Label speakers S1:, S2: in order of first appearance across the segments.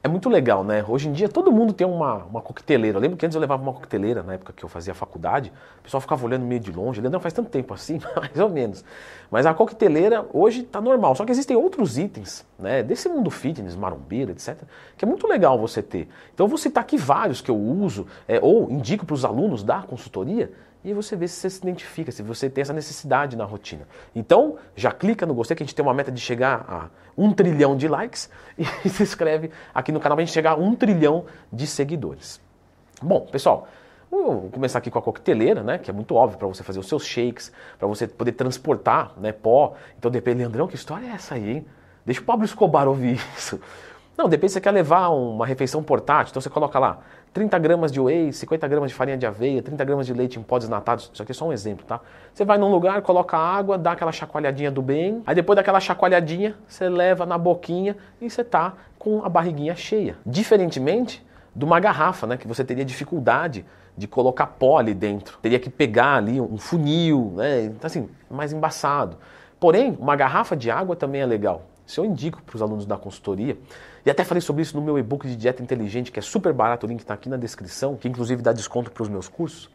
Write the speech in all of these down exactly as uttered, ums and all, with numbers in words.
S1: É muito legal, né? Hoje em dia todo mundo tem uma, uma coqueteleira. Eu lembro que antes eu levava uma coqueteleira, na época que eu fazia faculdade, o pessoal ficava olhando meio de longe. Não, faz tanto tempo assim, mais ou menos. Mas a coqueteleira hoje tá normal. Só que existem outros itens, né? Desse mundo fitness, marombeira, etcétera, que é muito legal você ter. Então eu vou citar aqui vários que eu uso, é, ou indico para os alunos da consultoria, e aí você vê se você se identifica, se você tem essa necessidade na rotina. Então, já clica no gostei, que a gente tem uma meta de chegar a um trilhão de likes, e se inscreve aqui no canal para a gente chegar a um trilhão de seguidores. Bom, pessoal, vou começar aqui com a coqueteleira, né, que é muito óbvio para você fazer os seus shakes, para você poder transportar, né, pó. Então, depende, Leandrão, que história é essa aí, hein? Deixa o Pablo Escobar ouvir isso. Não, depende se você quer levar uma refeição portátil, então você coloca lá trinta gramas de whey, cinquenta gramas de farinha de aveia, trinta gramas de leite em pó desnatado, isso aqui é só um exemplo, tá? Você vai num lugar, coloca água, dá aquela chacoalhadinha do bem, aí depois daquela chacoalhadinha, você leva na boquinha e você tá com a barriguinha cheia. Diferentemente de uma garrafa, né, que você teria dificuldade de colocar pó ali dentro. Teria que pegar ali um funil, né, então assim, mais embaçado. Porém, uma garrafa de água também é legal. Isso eu indico para os alunos da consultoria. E até falei sobre isso no meu e-book de dieta inteligente, que é super barato, o link está aqui na descrição, que inclusive dá desconto para os meus cursos,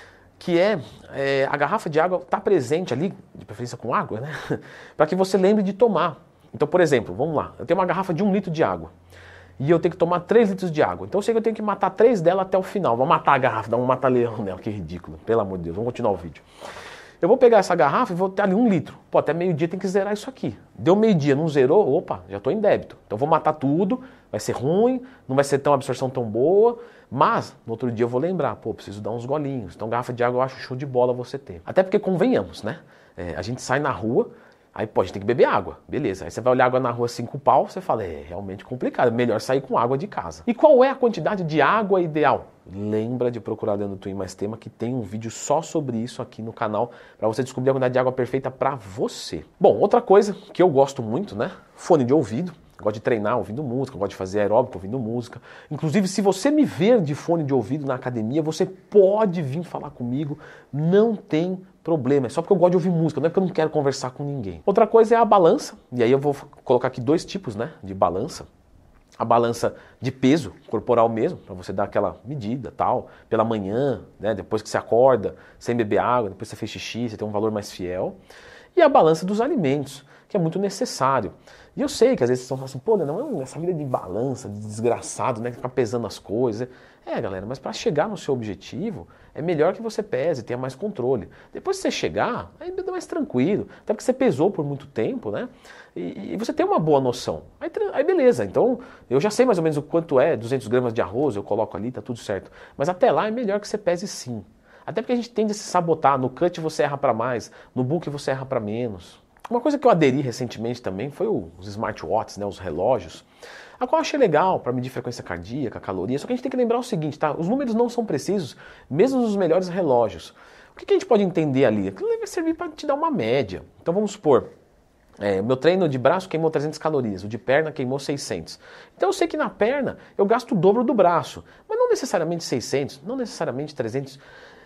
S1: que é, é a garrafa de água está presente ali, de preferência com água, né? Para que você lembre de tomar. Então, por exemplo, vamos lá, eu tenho uma garrafa de um litro de água e eu tenho que tomar três litros de água. Então eu sei que eu tenho que matar três dela até o final. Vou matar a garrafa, dar um mata-leão nela, que ridículo, pelo amor de Deus, vamos continuar o vídeo. Eu vou pegar essa garrafa e vou ter ali um litro. Pô, até meio-dia tem que zerar isso aqui. Deu meio-dia, não zerou, opa, já estou em débito. Então vou matar tudo, vai ser ruim, não vai ser tão absorção tão boa, mas no outro dia eu vou lembrar, pô, preciso dar uns golinhos. Então garrafa de água eu acho show de bola você ter. Até porque convenhamos, né? É, a gente sai na rua, aí pô, a gente tem que beber água, beleza. Aí você vai olhar água na rua cinco pau, você fala, é realmente complicado, melhor sair com água de casa. E qual é a quantidade de água ideal? Lembra de procurar Leandro Twin Mais Tema, que tem um vídeo só sobre isso aqui no canal, para você descobrir a quantidade de água perfeita para você. Bom, outra coisa que eu gosto muito, né? Fone de ouvido. Gosto de treinar ouvindo música, gosto de fazer aeróbico ouvindo música. Inclusive, se você me ver de fone de ouvido na academia, você pode vir falar comigo, não tem problema. É só porque eu gosto de ouvir música, não é porque eu não quero conversar com ninguém. Outra coisa é a balança, e aí eu vou colocar aqui dois tipos, né, de balança. A balança de peso corporal mesmo, para você dar aquela medida, tal, pela manhã, né, depois que você acorda, sem beber água, depois que você fez xixi, você tem um valor mais fiel. E a balança dos alimentos, que é muito necessário. E eu sei que às vezes vocês vão falar assim, pô, não, essa vida de balança, de desgraçado, né, ficar pesando as coisas. É, galera, mas para chegar no seu objetivo, é melhor que você pese, tenha mais controle. Depois que você chegar, aí é mais tranquilo, até porque você pesou por muito tempo, né? E, e você tem uma boa noção. Aí, aí beleza, então eu já sei mais ou menos o quanto é, duzentas gramas de arroz, eu coloco ali, tá tudo certo. Mas até lá é melhor que você pese sim. Até porque a gente tende a se sabotar, no cut você erra para mais, no book você erra para menos. Uma coisa que eu aderi recentemente também foi os smartwatches, né, os relógios, a qual eu achei legal para medir frequência cardíaca, caloria, só que a gente tem que lembrar o seguinte, tá? Os números não são precisos, mesmo nos melhores relógios. O que, que a gente pode entender ali? Aquilo vai servir para te dar uma média. Então vamos supor, é, meu treino de braço queimou trezentas calorias, o de perna queimou seiscentas. Então eu sei que na perna eu gasto o dobro do braço, mas não necessariamente seiscentos, não necessariamente trezentos.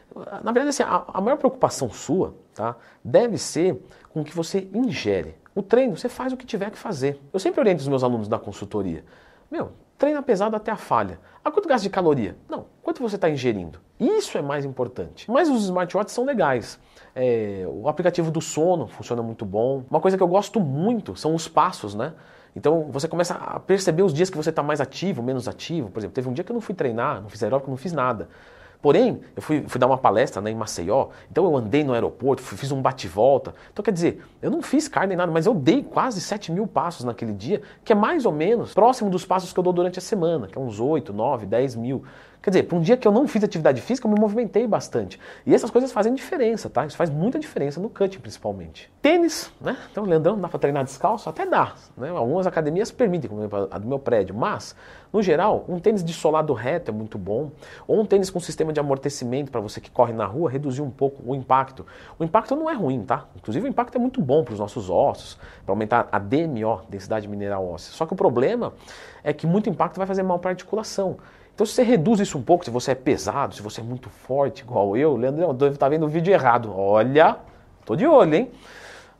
S1: Na verdade, assim, a, a maior preocupação sua, tá, deve ser com o que você ingere. O treino, você faz o que tiver que fazer. Eu sempre oriento os meus alunos da consultoria. Meu, treina pesado até a falha. A quanto gasta de caloria? Não, quanto você está ingerindo? Isso é mais importante. Mas os smartwatches são legais. É, o aplicativo do sono funciona muito bom. Uma coisa que eu gosto muito são os passos, né? Então você começa a perceber os dias que você está mais ativo, menos ativo. Por exemplo, teve um dia que eu não fui treinar, não fiz aeróbico, não fiz nada. Porém, eu fui, fui dar uma palestra, né, em Maceió, então eu andei no aeroporto, fui, fiz um bate-volta. Então quer dizer, eu não fiz carne nem nada, mas eu dei quase sete mil passos naquele dia, que é mais ou menos próximo dos passos que eu dou durante a semana, que é uns oito, nove, dez mil. Quer dizer, para um dia que eu não fiz atividade física, eu me movimentei bastante. E essas coisas fazem diferença, tá? Isso faz muita diferença no cutting, principalmente. Tênis, né? Então, Leandrão, dá para treinar descalço? Até dá, né? Algumas academias permitem, como a do meu prédio. Mas, no geral, um tênis de solado reto é muito bom. Ou um tênis com sistema de amortecimento, para você que corre na rua, reduzir um pouco o impacto. O impacto não é ruim, tá? Inclusive, o impacto é muito bom para os nossos ossos, para aumentar a D M O, densidade mineral óssea. Só que o problema é que muito impacto vai fazer mal para a articulação. Então se você reduz isso um pouco, se você é pesado, se você é muito forte, igual eu, Leandro, eu devo estar vendo o vídeo errado. Olha, tô de olho, hein?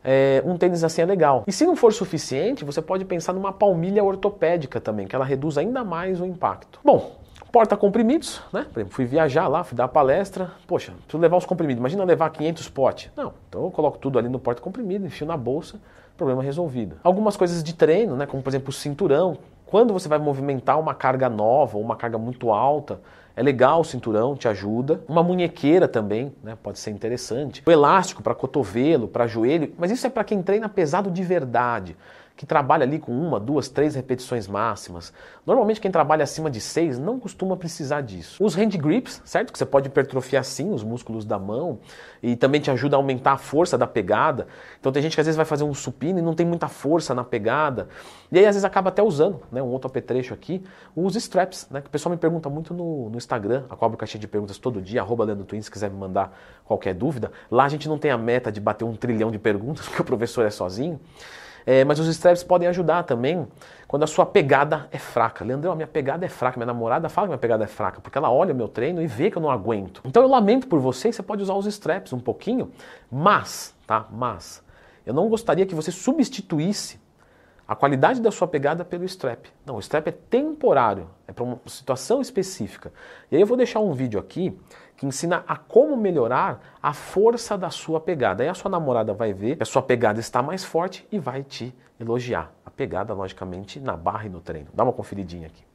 S1: é, um tênis assim é legal. E se não for suficiente, você pode pensar numa palmilha ortopédica também, que ela reduz ainda mais o impacto. Bom, porta-comprimidos, né? Por exemplo, fui viajar lá, fui dar palestra, poxa, preciso levar os comprimidos, imagina levar quinhentos potes. Não, então eu coloco tudo ali no porta-comprimido, enfio na bolsa, problema resolvido. Algumas coisas de treino, né? Como por exemplo o cinturão. Quando você vai movimentar uma carga nova ou uma carga muito alta, é legal o cinturão, te ajuda. Uma munhequeira também, né, pode ser interessante. O elástico para cotovelo, para joelho, mas isso é para quem treina pesado de verdade, que trabalha ali com uma, duas, três repetições máximas. Normalmente quem trabalha acima de seis não costuma precisar disso. Os hand grips, certo? Que você pode hipertrofiar sim os músculos da mão e também te ajuda a aumentar a força da pegada. Então tem gente que às vezes vai fazer um supino e não tem muita força na pegada. E aí às vezes acaba até usando, né, um outro apetrecho aqui, os straps, né, que o pessoal me pergunta muito no, no Instagram, a cobro caixinha de perguntas todo dia, arroba Leandro Twin, se quiser me mandar qualquer dúvida. Lá a gente não tem a meta de bater um trilhão de perguntas, porque o professor é sozinho. É, mas os straps podem ajudar também quando a sua pegada é fraca. Leandrão, a minha pegada é fraca, minha namorada fala que minha pegada é fraca, porque ela olha o meu treino e vê que eu não aguento. Então eu lamento por você, você pode usar os straps um pouquinho, mas, tá, mas, eu não gostaria que você substituísse a qualidade da sua pegada pelo strap. Não, o strap é temporário, é para uma situação específica. E aí eu vou deixar um vídeo aqui que ensina a como melhorar a força da sua pegada. Aí a sua namorada vai ver que a sua pegada está mais forte e vai te elogiar. A pegada, logicamente, na barra e no treino. Dá uma conferidinha aqui.